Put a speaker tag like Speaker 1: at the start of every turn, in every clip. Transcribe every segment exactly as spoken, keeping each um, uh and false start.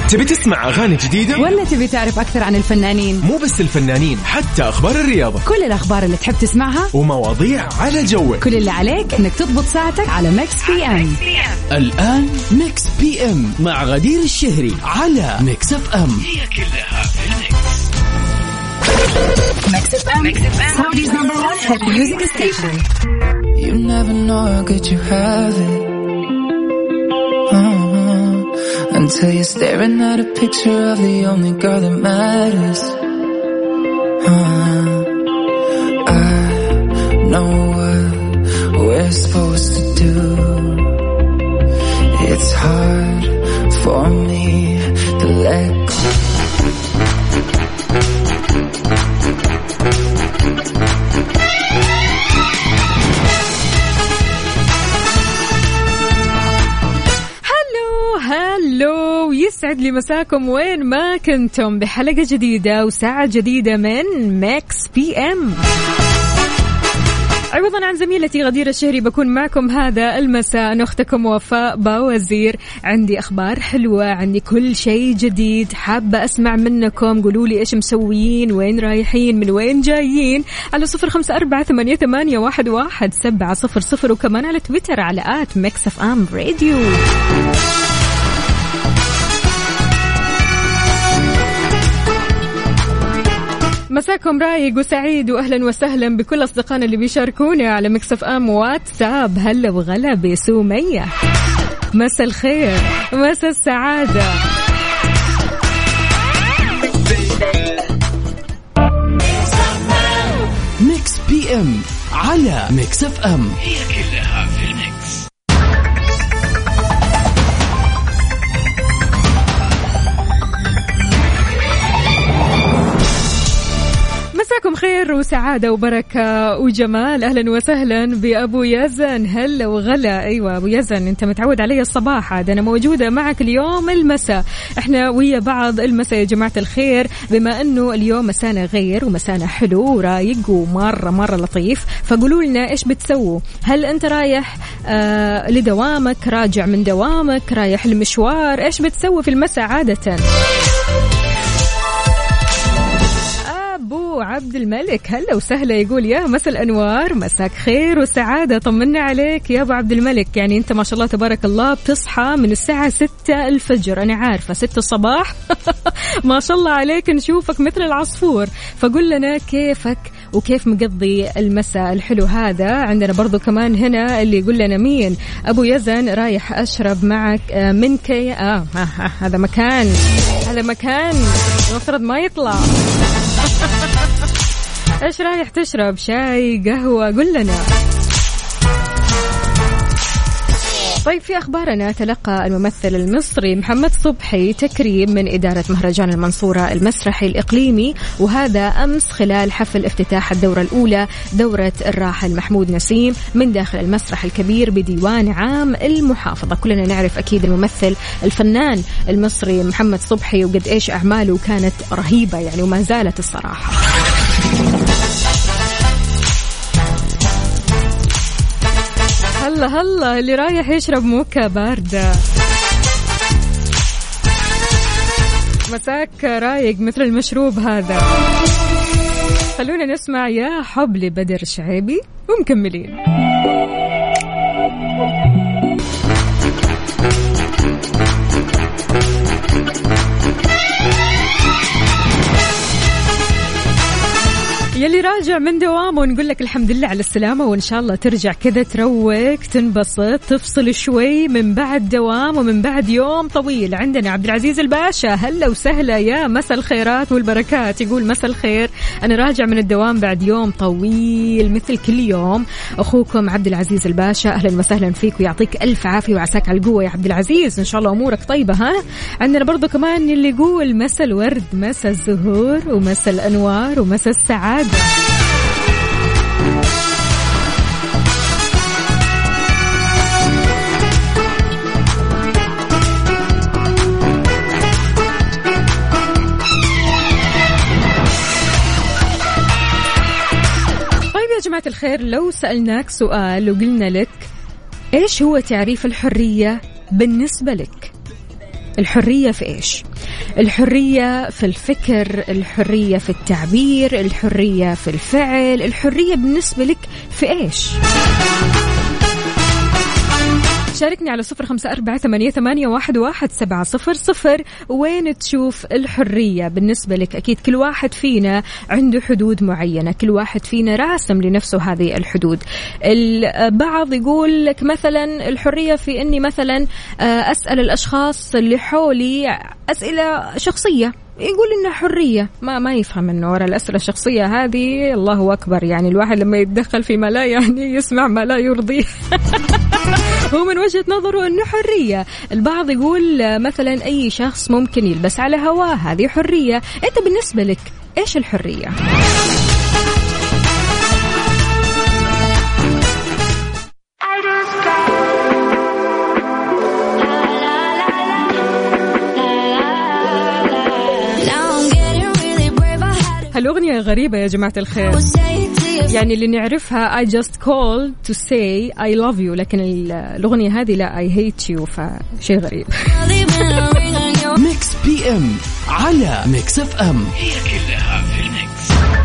Speaker 1: تبي تسمع أغاني جديدة
Speaker 2: ولا تبي تعرف أكثر عن الفنانين؟
Speaker 1: مو بس الفنانين، حتى أخبار الرياضة،
Speaker 2: كل الأخبار اللي تحب تسمعها
Speaker 1: ومواضيع على جوك.
Speaker 2: كل اللي عليك إنك تضبط ساعتك على ميكس بي أم.
Speaker 3: الآن ميكس بي أم مع غدير الشهري على ميكس اف ام.
Speaker 1: هي كلها في الميكس.
Speaker 2: ميكس اف ام Saudi's number one hit music station.
Speaker 4: You never know how good you have it uh-huh. Until you're staring at a picture of the only girl that matters uh-huh. I know what we're supposed to do. It's hard for me to let go.
Speaker 5: هلو، يسعد لي مساكم وين ما كنتم بحلقة جديدة وساعة جديدة من ميكس بي ام. عوضا عن زميلتي غدير الشهري بكون معكم هذا المساء، أنا أختكم وفاء باوزير. عندي أخبار حلوة، عندي كل شيء جديد، حابة أسمع منكم. قولوا لي إيش مسويين، وين رايحين، من وين جايين، على صفر خمسة أربعة ثمانية ثمانية واحد واحد سبعة صفر صفر، وكمان على تويتر على آت ميكس اف ام راديو. مساكم رايق وسعيد، وأهلا وسهلا بكل أصدقائنا اللي بيشاركونا على ميكس اف ام واتساب. هلا وغلا بسومية، مسا الخير، مسا السعادة.
Speaker 3: ميكس بي ام على ميكس اف ام،
Speaker 1: هي كلها في الميكس.
Speaker 5: مساكم خير وسعادة وبركة وجمال. أهلا وسهلا بأبو يزن، هلا وغلا. أيوة أبو يزن، أنت متعود علي الصباح، عاد أنا موجودة معك اليوم المساء. إحنا ويا بعض المساء يا جماعة الخير، بما أنه اليوم مسانا غير ومسانا حلو ورايق ومرة مرة لطيف. فقولوا لنا إيش بتسووا؟ هل أنت رايح آه لدوامك، راجع من دوامك، رايح المشوار؟ إيش بتسوي في المساء عادة؟ أبو عبد الملك هلا وسهلا، يقول يا مساء الأنوار، مساك خير وسعادة، طمنا عليك يا أبو عبد الملك. يعني أنت ما شاء الله تبارك الله بتصحى من الساعة ستة الفجر، أنا عارفة ستة الصباح ما شاء الله عليك، نشوفك مثل العصفور. فقل لنا كيفك وكيف مقضي المساء الحلو هذا. عندنا برضو كمان هنا اللي يقول لنا مين، أبو يزن رايح أشرب معك من كي آه هذا مكان، هذا مكان المفروض ما يطلع. ايش رايح تشرب، شاي، قهوة؟ قل لنا. طيب في أخبارنا، تلقى الممثل المصري محمد صبحي تكريم من إدارة مهرجان المنصورة المسرحي الإقليمي، وهذا أمس خلال حفل افتتاح الدورة الأولى دورة الراحل محمود نسيم من داخل المسرح الكبير بديوان عام المحافظة. كلنا نعرف أكيد الممثل الفنان المصري محمد صبحي وقد إيش أعماله كانت رهيبة يعني، وما زالت الصراحة. هلا هلا اللي رايح يشرب موكا باردة، مساك رايق مثل المشروب هذا. خلونا نسمع يا حب لبدر شعيبي ومكملين. يلي راجع من دوامه ونقول لك الحمد لله على السلامة، وإن شاء الله ترجع كذا تروق، تنبسط، تفصل شوي من بعد دوام ومن بعد يوم طويل. عندنا عبد العزيز الباشا، هلا وسهلا، يا مساء الخيرات والبركات. يقول مساء الخير، أنا راجع من الدوام بعد يوم طويل مثل كل يوم. أخوكم عبد العزيز الباشا، أهلا وسهلا فيك ويعطيك ألف عافية وعساك على القوة يا عبد العزيز، إن شاء الله أمورك طيبة. ها عندنا برضو كمان اللي يقول مساء الورد، مساء الزهور، ومساء الأنوار، ومساء السعادة. يا جماعة الخير، لو سألناك سؤال وقلنا لك إيش هو تعريف الحرية بالنسبة لك، الحرية في إيش؟ الحرية في الفكر، الحرية في التعبير، الحرية في الفعل، الحرية بالنسبة لك في إيش؟ شاركني على صفر خمسة أربعة ثمانية ثمانية واحد واحد سبعة صفر صفر. وين تشوف الحرية بالنسبة لك؟ أكيد كل واحد فينا عنده حدود معينة، كل واحد فينا راسم لنفسه هذه الحدود. البعض يقول لك مثلا الحرية في أني مثلا أسأل الأشخاص اللي حولي أسئلة شخصية، يقول إنه حرية. ما ما يفهم إنه ورا الأسئلة الشخصية هذه الله أكبر، يعني الواحد لما يتدخل في ما لا يعني يسمع ما لا يرضيه. هو من وجهة نظره إنه حرية. البعض يقول مثلا أي شخص ممكن يلبس على هواه، هذه حرية. أنت بالنسبة لك إيش الحرية؟ هالأغنية غريبة يا جماعة الخير، يعني اللي نعرفها I just called to say I love you، لكن الأغنية هذه لا I hate you، فشيء غريب.
Speaker 3: ميكس بي ام على ميكس اف ام،
Speaker 1: هي كلها في الميكس.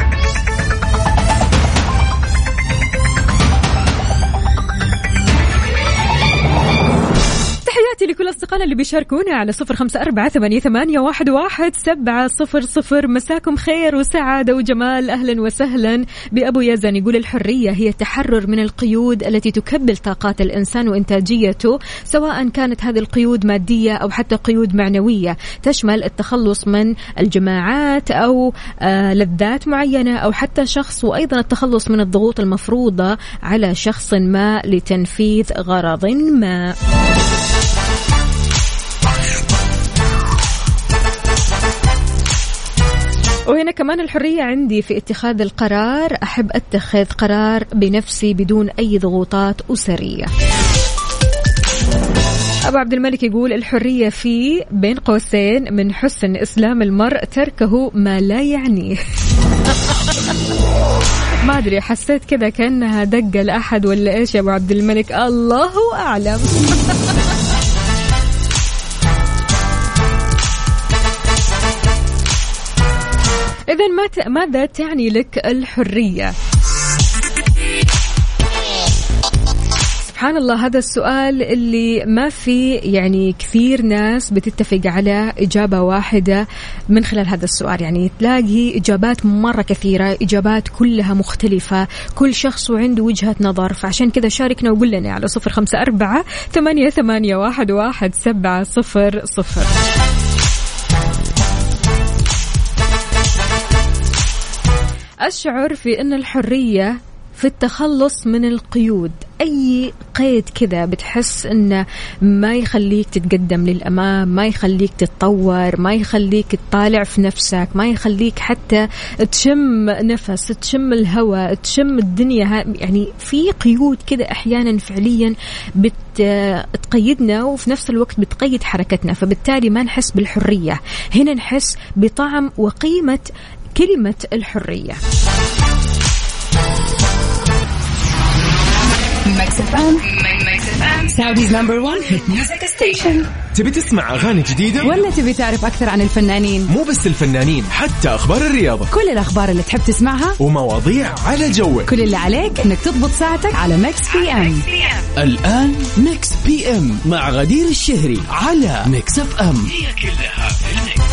Speaker 5: تحياتي لكل أصدقائنا اللي بيشاركونا على صفر خمسة أربعة ثمانية ثمانية واحد واحد سبعة صفر صفر. مساكم خير وسعادة وجمال. أهلا وسهلا بأبو يزن. يقول الحرية هي التحرر من القيود التي تكبل طاقات الإنسان وإنتاجيته، سواء كانت هذه القيود مادية أو حتى قيود معنوية، تشمل التخلص من الجماعات أو آه لذات معينة أو حتى شخص، وأيضا التخلص من الضغوط المفروضة على شخص ما لتنفيذ غرض ما. وهنا كمان الحرية عندي في اتخاذ القرار، أحب أتخذ قرار بنفسي بدون أي ضغوطات أسرية. أبو عبد الملك يقول الحرية في بين قوسين من حسن إسلام المرء تركه ما لا يعنيه. ما أدري، حسيت كذا كأنها دقة لأحد ولا إيش يا أبو عبد الملك، الله أعلم. إذن ماذا تعني لك الحرية؟ سبحان الله، هذا السؤال اللي ما في يعني كثير ناس بتتفق على إجابة واحدة من خلال هذا السؤال. يعني تلاقي إجابات مرة كثيرة، إجابات كلها مختلفة، كل شخص وعنده وجهة نظر. فعشان كذا شاركنا وقول لنا على صفر خمسة أربعة ثمانية ثمانية واحد واحد سبعة صفر صفر. أشعر في أن الحرية في التخلص من القيود. أي قيد كذا بتحس أنه ما يخليك تتقدم للأمام، ما يخليك تتطور، ما يخليك تطالع في نفسك، ما يخليك حتى تشم نفس، تشم الهواء، تشم الدنيا. يعني في قيود كذا أحيانا فعليا بتقيدنا وفي نفس الوقت بتقيد حركتنا، فبالتالي ما نحس بالحرية. هنا نحس بطعم وقيمة كلمة الحرية.
Speaker 2: Saudi's number one hit music station.
Speaker 1: تبي تسمع أغاني جديدة
Speaker 2: ولا تبي تعرف أكثر عن الفنانين؟
Speaker 1: مو بس الفنانين، حتى أخبار الرياضة،
Speaker 2: كل الأخبار اللي تحب تسمعها
Speaker 1: ومواضيع على جوك.
Speaker 2: كل اللي عليك إنك تضبط ساعتك على ميكس بي ام.
Speaker 3: الآن ميكس بي ام مع غدير الشهري على ميكس اف ام،
Speaker 1: هي كلها في الميكس.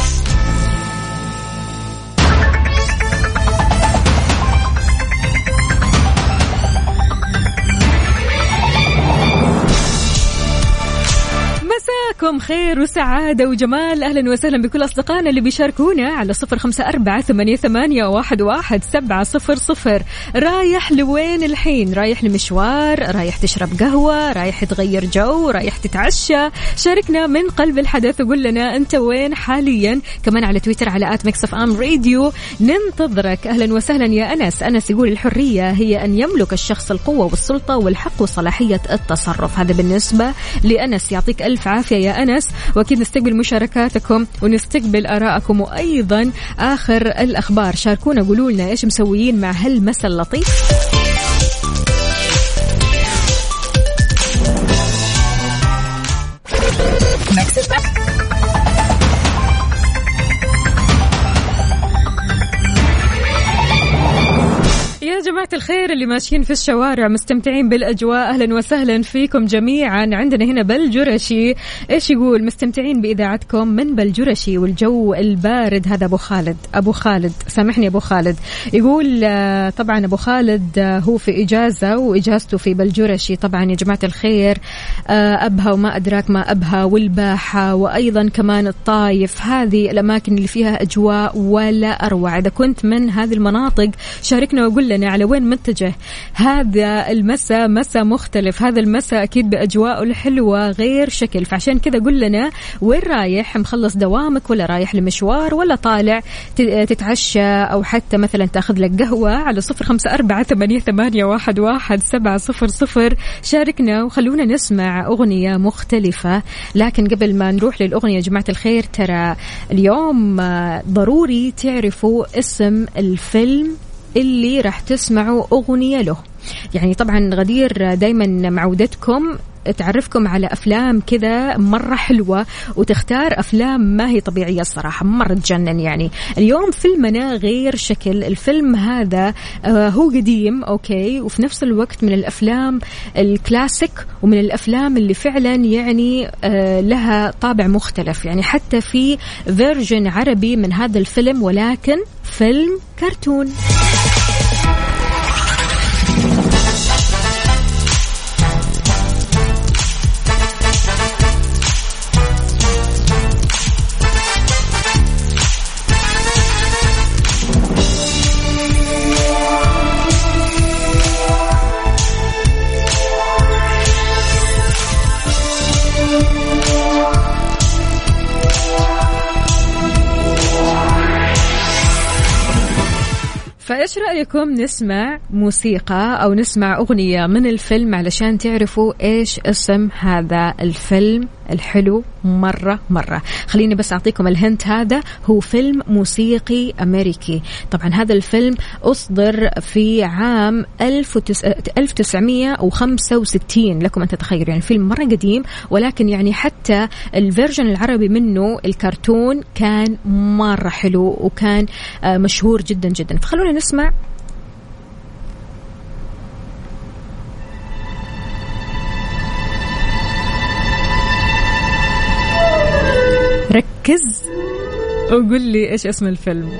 Speaker 5: مساكم خير وسعادة وجمال. أهلا وسهلا بكل أصدقائنا اللي بيشاركونا على صفر خمسة أربعة ثمانية ثمانية واحد واحد سبعة صفر صفر. رايح لوين الحين؟ رايح لمشوار، رايح تشرب قهوة، رايح تغير جو، رايح تتعشى؟ شاركنا من قلب الحدث وقول لنا أنت وين حاليا. كمان على تويتر على آت ميكس اف ام راديو ننتظرك. أهلا وسهلا يا أنس. أنس يقول الحرية هي أن يملك الشخص القوة والسلطة والحق وصلاحية التصرف. هذا بالنسبة لأنس. يعطيك ألف عافية يا أنس، وأكيد نستقبل مشاركاتكم ونستقبل آراءكم وأيضا آخر الأخبار. شاركونا قولوا لنا إيش مسويين مع هالمسا اللطيف. جماعة الخير اللي ماشيين في الشوارع مستمتعين بالأجواء، أهلا وسهلا فيكم جميعا. عندنا هنا بلجرشي إيش يقول؟ مستمتعين بإذاعتكم من بلجرشي والجو البارد. هذا أبو خالد. أبو خالد سامحني أبو خالد. يقول طبعا أبو خالد هو في إجازة وإجازته في بلجرشي. طبعا يا جماعة الخير أبها وما أدراك ما أبها والباحة وأيضا كمان الطايف، هذه الأماكن اللي فيها أجواء ولا أروع. إذا كنت من هذه المناطق شاركنا وقول لنا على وين متجه هذا المساء. مساء مختلف هذا المساء أكيد بأجواء الحلوة غير شكل، فعشان كذا قول لنا وين رايح، مخلص دوامك ولا رايح لمشوار ولا طالع تتعشى أو حتى مثلا تأخذ لك قهوة. على صفر خمسة أربعة ثمانية ثمانية واحد واحد سبعة صفر صفر شاركنا وخلونا نسمع أغنية مختلفة. لكن قبل ما نروح للأغنية يا جماعة الخير، ترى اليوم ضروري تعرفوا اسم الفيلم اللي راح تسمعوا أغنية له. يعني طبعا غدير دايما معودتكم تعرفكم على أفلام كذا مرة حلوة وتختار أفلام ما هي طبيعية الصراحة، مرة تجنن. يعني اليوم فيلمنا غير شكل. الفيلم هذا آه هو قديم أوكي، وفي نفس الوقت من الأفلام الكلاسيك ومن الأفلام اللي فعلا يعني آه لها طابع مختلف. يعني حتى في فيرجن عربي من هذا الفيلم، ولكن فيلم كرتون. فإيش رأيكم نسمع موسيقى أو نسمع أغنية من الفيلم علشان تعرفوا إيش اسم هذا الفيلم الحلو مرة مرة. خليني بس أعطيكم الهنت، هذا هو فيلم موسيقي أمريكي. طبعا هذا الفيلم أصدر في عام ألف وتسعمية وخمسة وستين، لكم أن تتخيلوا يعني فيلم مرة قديم، ولكن يعني حتى الفيرجن العربي منه الكرتون كان مرة حلو وكان مشهور جدا جدا. فخلونا نسمع. ركز وقول لي إيش اسم الفيلم.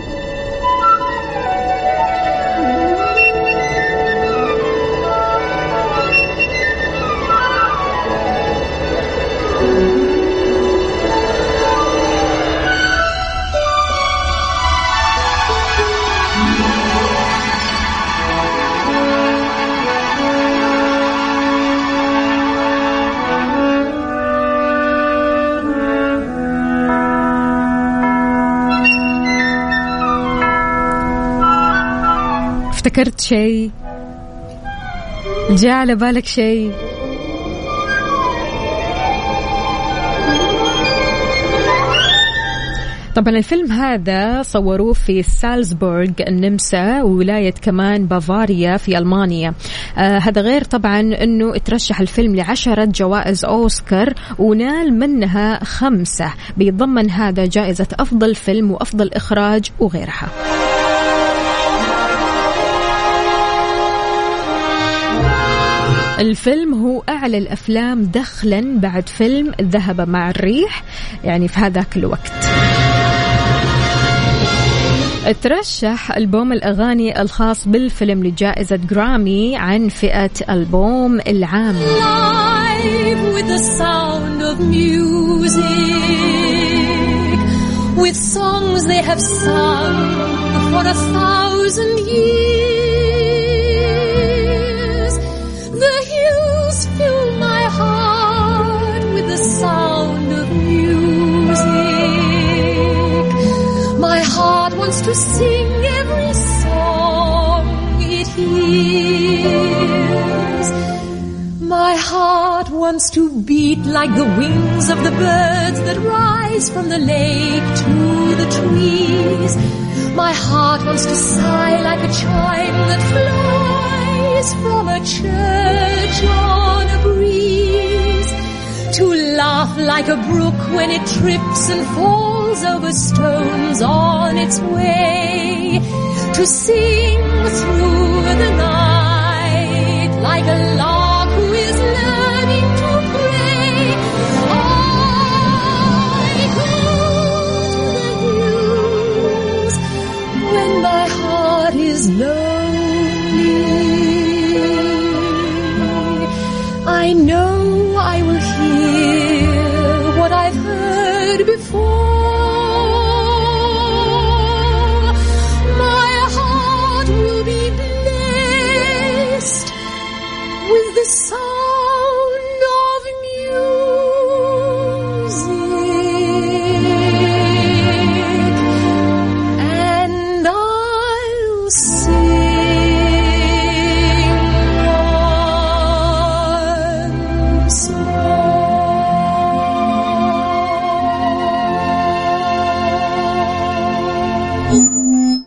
Speaker 5: افتكرت شيء؟ جاء على بالك شيء؟ طبعا الفيلم هذا صوروه في سالزبورغ النمسا وولاية كمان بافاريا في ألمانيا. آه هذا غير طبعا أنه اترشح الفيلم لعشرة جوائز أوسكار ونال منها خمسة، بيتضمن هذا جائزة أفضل فيلم وأفضل إخراج وغيرها. الفيلم هو أعلى الأفلام دخلا بعد فيلم الذهب مع الريح يعني في هذاك الوقت. ترشح ألبوم الأغاني الخاص بالفيلم لجائزة جرامي عن فئة ألبوم العام.
Speaker 6: Fill my heart with the sound of music. My heart wants to sing every song it hears. My heart wants to beat like the wings of the birds that rise from the lake to the trees. My heart wants to sigh like a chime that flies from a church on a breeze. to laugh like a brook when it trips and falls over stones on its way, to sing through the night like a lark who is learning to play. I go to the hills when my heart is lonely. I know I will hear what I've heard before. My heart will be blessed with the sound of music, and I'll sing once more.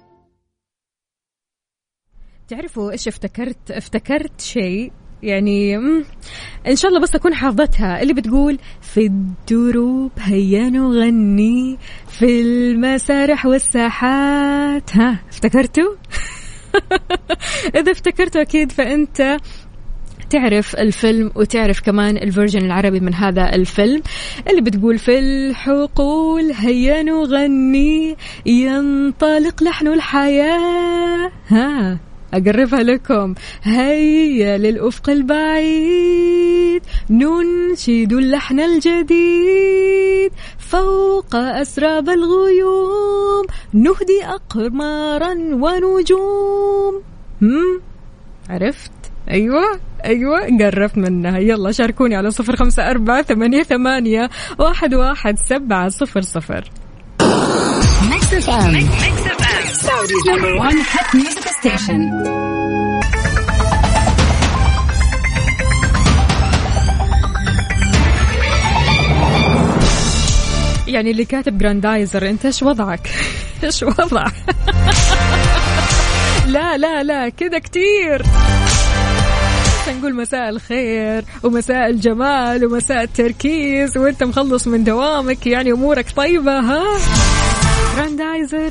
Speaker 5: تعرفوا إيش افتكرت؟ افتكرت شيء يعني مم، إن شاء الله بس أكون حافظتها، اللي بتقول في الدروب هيا نغني في المسارح والساحات. ها افتكرتوا؟ إذا افتكرتوا أكيد فأنت تعرف الفيلم وتعرف كمان الفيرجن العربي من هذا الفيلم، اللي بتقول في الحقول هيا نغني ينطلق لحن الحياة. ها أقربها لكم، هيا للأفق البعيد ننشد اللحن الجديد فوق أسراب الغيوم نهدي أقمارا ونجوم. هم؟ عرفت؟ أيوة أيوة قربت منها. يلا شاركوني على صفر خمسة أربعة ثمانية ثمانية واحد واحد سبعة صفر صفر.
Speaker 2: Mix إف إم Saudi's number one hit music station.
Speaker 5: يعني اللي كاتب جراندايزر انت ايش وضعك؟ ايش وضعك؟ لا لا لا كده كتير. نقول مساء الخير ومساء الجمال ومساء التركيز وانت مخلص من دوامك، يعني امورك طيبة. ها جراندايزر.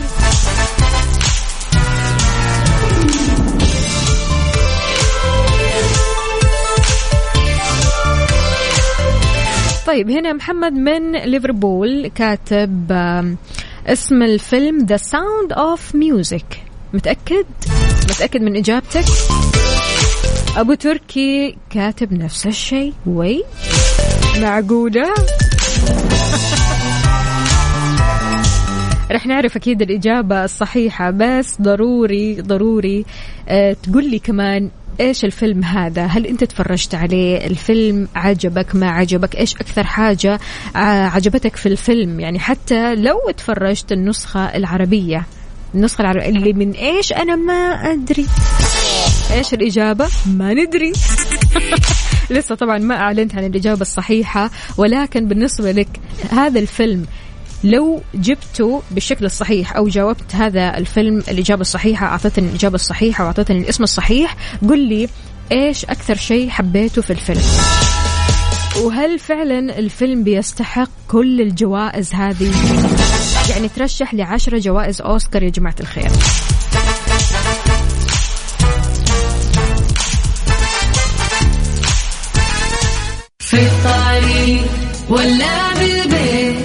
Speaker 5: طيب هنا محمد من ليفربول كاتب اسم الفيلم The Sound of Music. متأكد؟ متأكد من إجابتك؟ أبو تركي كاتب نفس الشيء. وي معقولة؟ رح نعرف أكيد الإجابة الصحيحة، بس ضروري ضروري أه تقول لي كمان إيش الفيلم هذا. هل أنت تفرجت عليه؟ الفيلم عجبك ما عجبك؟ إيش أكثر حاجة عجبتك في الفيلم؟ يعني حتى لو تفرجت النسخة العربية، النسخة العربية اللي من إيش أنا ما أدري. إيش الإجابة؟ ما ندري. لسه طبعا ما أعلنت عن الإجابة الصحيحة، ولكن بالنسبة لك هذا الفيلم لو جبته بالشكل الصحيح أو جاوبت هذا الفيلم الإجابة الصحيحة، أعطتني الإجابة الصحيحة وأعطتني الاسم الصحيح، قل لي إيش أكثر شيء حبيته في الفيلم، وهل فعلا الفيلم بيستحق كل الجوائز هذه؟ يعني ترشح لعشرة جوائز أوسكار يا جماعة الخير.
Speaker 2: في الطريق ولا بالبيت.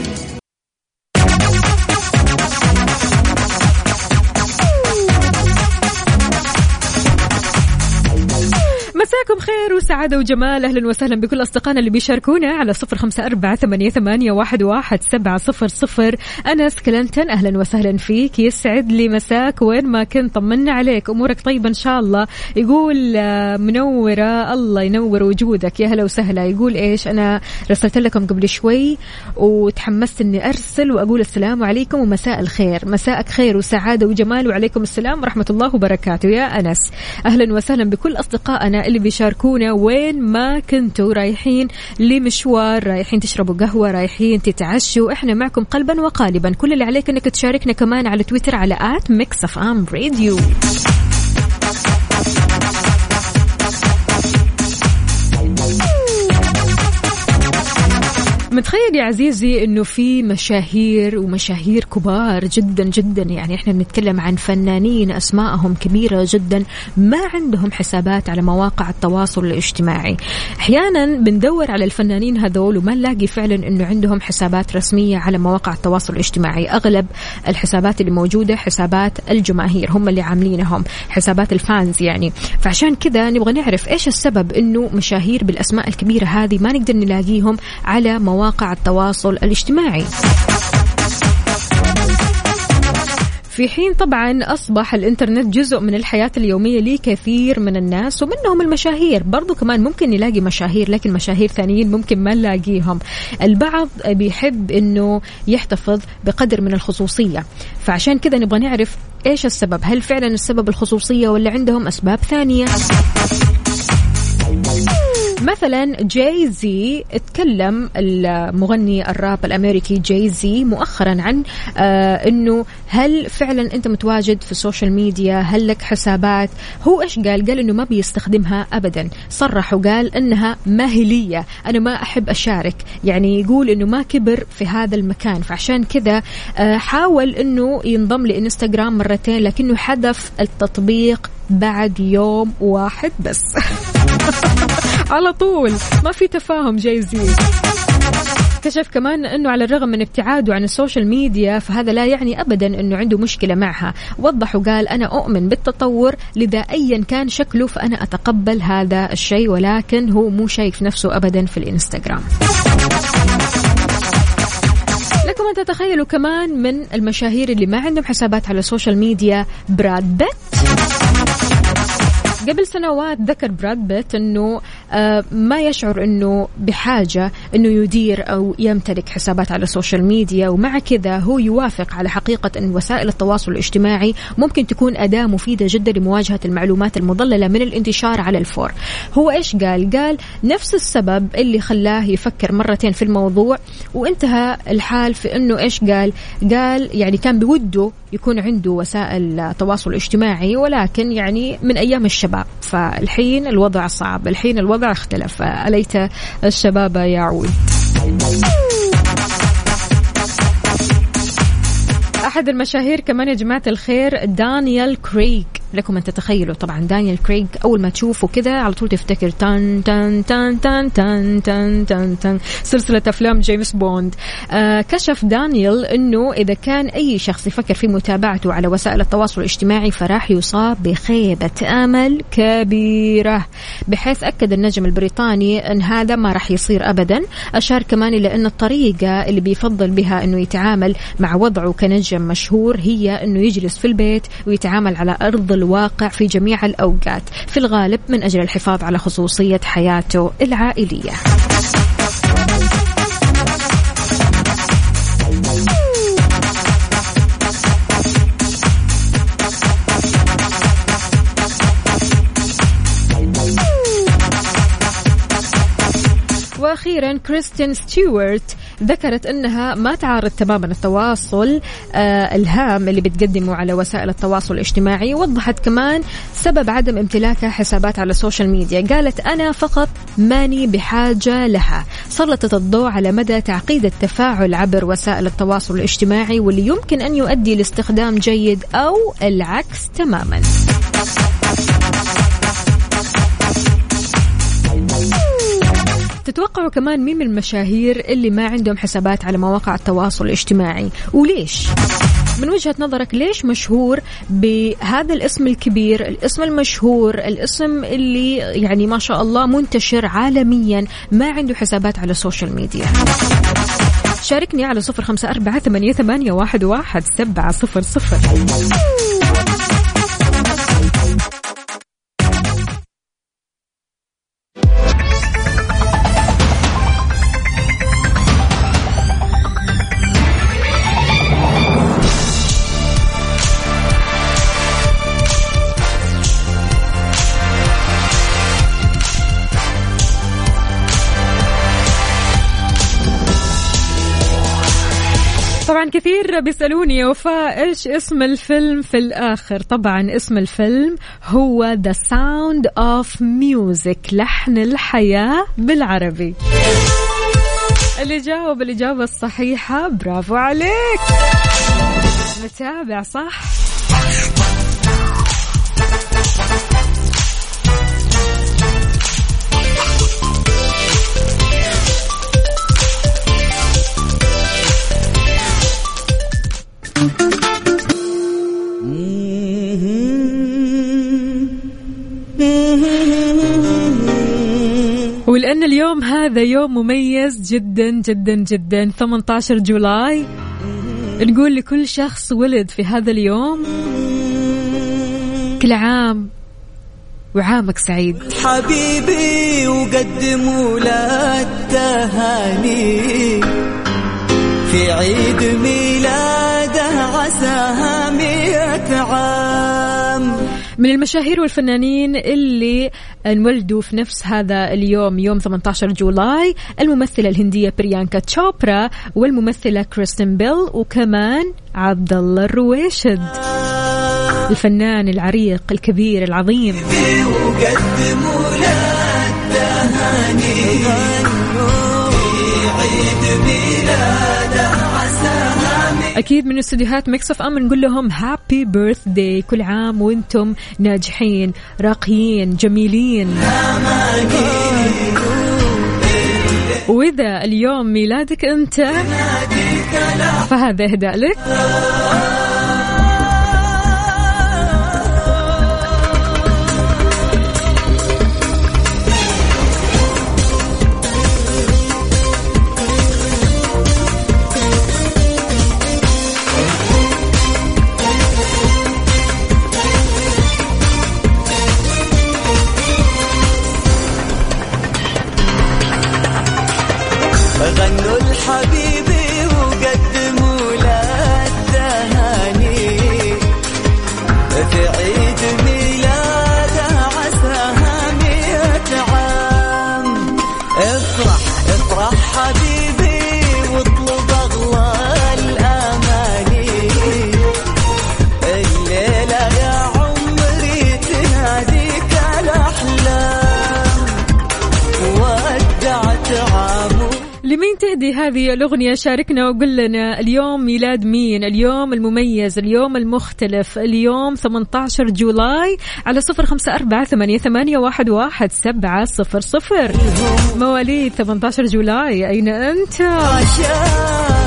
Speaker 5: مساكم خير وسعادة وجمال. أهلا وسهلا بكل أصدقائنا اللي بيشاركونا على صفر خمسة أربعة ثمانية ثمانية واحد واحد سبعة صفر صفر. أنس كلنتن أهلا وسهلا فيك، يسعد لي مساك وين ما كنت، طمنا عليك، أمورك طيبة إن شاء الله. يقول منورة، الله ينور وجودك، يا هلا وسهلا. يقول إيش، أنا رسلت لكم قبل شوي وتحمست إني أرسل وأقول السلام عليكم ومساء الخير. مساءك خير وسعادة وجمال، وعليكم السلام ورحمة الله وبركاته يا أنس. أهلا وسهلا بكل أصدقائنا اللي بيشاركونا وين ما كنتوا، رايحين لمشوار، رايحين تشربوا قهوة، رايحين تتعشوا، احنا معكم قلبا وقالبا. كل اللي عليك انك تشاركنا كمان على تويتر على آت ميكس اف ام راديو. متخيل يا عزيزي انه في مشاهير ومشاهير كبار جدا جدا، يعني احنا بنتكلم عن فنانين اسماءهم كبيرة جدا ما عندهم حسابات على مواقع التواصل الاجتماعي. احيانا بندور على الفنانين هذول وما نلاقي فعلا انه عندهم حسابات رسمية على مواقع التواصل الاجتماعي. اغلب الحسابات اللي موجودة حسابات الجماهير، هم اللي عاملينهم حسابات الفانز يعني. فعشان كذا نبغى نعرف ايش السبب انه مشاهير بالاسماء الكبيرة هذه ما نقدر نلاقيهم على مواقع التواصل الاجتماعي، في حين طبعا أصبح الإنترنت جزء من الحياة اليومية لكثير من الناس ومنهم المشاهير. برضو كمان ممكن نلاقي مشاهير لكن مشاهير ثانيين ممكن ما نلاقيهم. البعض بيحب إنه يحتفظ بقدر من الخصوصية، فعشان كذا نبغى نعرف إيش السبب. هل فعلا السبب الخصوصية ولا عندهم أسباب ثانية؟ مثلا جاي زي اتكلم المغني الراب الأمريكي جاي زي مؤخرا عن آه انه هل فعلا انت متواجد في السوشيال ميديا، هل لك حسابات. هو ايش قال؟ قال انه ما بيستخدمها ابدا، صرح وقال انها ماهلية، انا ما احب اشارك، يعني يقول انه ما كبر في هذا المكان. فعشان كذا آه حاول انه ينضم لإنستغرام مرتين لكنه حذف التطبيق بعد يوم واحد بس. على طول ما في تفاهم. جايزي كشف كمان أنه على الرغم من ابتعاده عن السوشيال ميديا فهذا لا يعني أبدا أنه عنده مشكلة معها. وضح وقال أنا أؤمن بالتطور، لذا أيا كان شكله فأنا أتقبل هذا الشيء، ولكن هو مو شايف نفسه أبدا في الإنستغرام. لكم أن تتخيلوا كمان من المشاهير اللي ما عندهم حسابات على السوشيال ميديا براد بيت. قبل سنوات ذكر براد بيت أنه ما يشعر أنه بحاجة أنه يدير أو يمتلك حسابات على السوشيال ميديا، ومع كذا هو يوافق على حقيقة أن وسائل التواصل الاجتماعي ممكن تكون أداة مفيدة جدا لمواجهة المعلومات المضللة من الانتشار على الفور. هو إيش قال؟ قال نفس السبب اللي خلاه يفكر مرتين في الموضوع وانتهى الحال في أنه إيش قال؟ قال يعني كان بوده يكون عنده وسائل تواصل اجتماعي ولكن يعني من أيام الشباب، فالحين الوضع صعب، الحين الوضع اختلف، أليت الشباب يعود. أحد المشاهير كمان يا جماعة الخير دانيال كريغ. لكم أن تتخيلوا طبعا دانيال كريغ أول ما تشوفه كذا على طول تفتكر تان تان تان تان تان تان تان تان سلسلة أفلام جيمس بوند. آه كشف دانيال أنه إذا كان أي شخص يفكر في متابعته على وسائل التواصل الاجتماعي فراح يصاب بخيبة أمل كبيرة، بحيث أكد النجم البريطاني أن هذا ما راح يصير أبدا. أشار كمان إلى أن الطريقة اللي بيفضل بها أنه يتعامل مع وضعه كنجم مشهور هي أنه يجلس في البيت ويتعامل على أرض الواقع في جميع الأوقات، في الغالب من أجل الحفاظ على خصوصية حياته العائلية. وأخيرا كريستين ستيوارت ذكرت أنها ما تعارض تماما التواصل آه الهام اللي بتقدمه على وسائل التواصل الاجتماعي. وضحت كمان سبب عدم امتلاكها حسابات على السوشيال ميديا، قالت أنا فقط ماني بحاجة لها. سلطت الضوء على مدى تعقيد التفاعل عبر وسائل التواصل الاجتماعي واللي يمكن أن يؤدي لاستخدام جيد أو العكس تماما. تتوقعوا كمان مين من المشاهير اللي ما عندهم حسابات على مواقع التواصل الاجتماعي وليش؟ من وجهة نظرك ليش مشهور بهذا الاسم الكبير، الاسم المشهور، الاسم اللي يعني ما شاء الله منتشر عالميا ما عنده حسابات على السوشيال ميديا؟ شاركني على صفر خمسة أربعة ثمانية ثمانية واحد واحد سبعة صفر صفر. طبعا كثير بيسألوني يا وفاء إيش اسم الفيلم في الآخر. طبعا اسم الفيلم هو The Sound of Music، لحن الحياة بالعربي. اللي جاوب الإجابة الصحيحة برافو عليك، متابع صح. ولأن اليوم هذا يوم مميز جدا جدا جدا ثمانية عشر جولاي، نقول لكل شخص ولد في هذا اليوم كل عام وعامك سعيد
Speaker 7: حبيبي، وقدموا له التهاني في عيد ميلاده عساها مئة عام.
Speaker 5: من المشاهير والفنانين اللي انولدوا في نفس هذا اليوم يوم ثمانية عشر جولاي الممثلة الهندية بريانكا تشوبرا والممثلة كريستين بيل وكمان عبد الله الرويشد الفنان العريق الكبير العظيم. أكيد من استديوهات ميكس أف أم نقول لهم هابي بيرثداي، كل عام وانتم ناجحين راقيين جميلين. وإذا اليوم ميلادك أنت فهذا إهداء لك.
Speaker 7: غنوا الحبيبي وقدموا له التهاني في عيد ميلاده عساها مئة عام. افرح افرح حبيبي واطلب اغلى الاماني، الليله يا عمري تناديك الاحلام ودعت عام.
Speaker 5: لمين تهدي هذه الأغنية؟ شاركنا وقل لنا اليوم ميلاد مين، اليوم المميز، اليوم المختلف، اليوم ثمانية عشر جولاي على صفر خمسة أربعة ثمانية ثمانية واحد واحد سبعة صفر صفر. مواليد ثمانية عشر جولاي أين أنت؟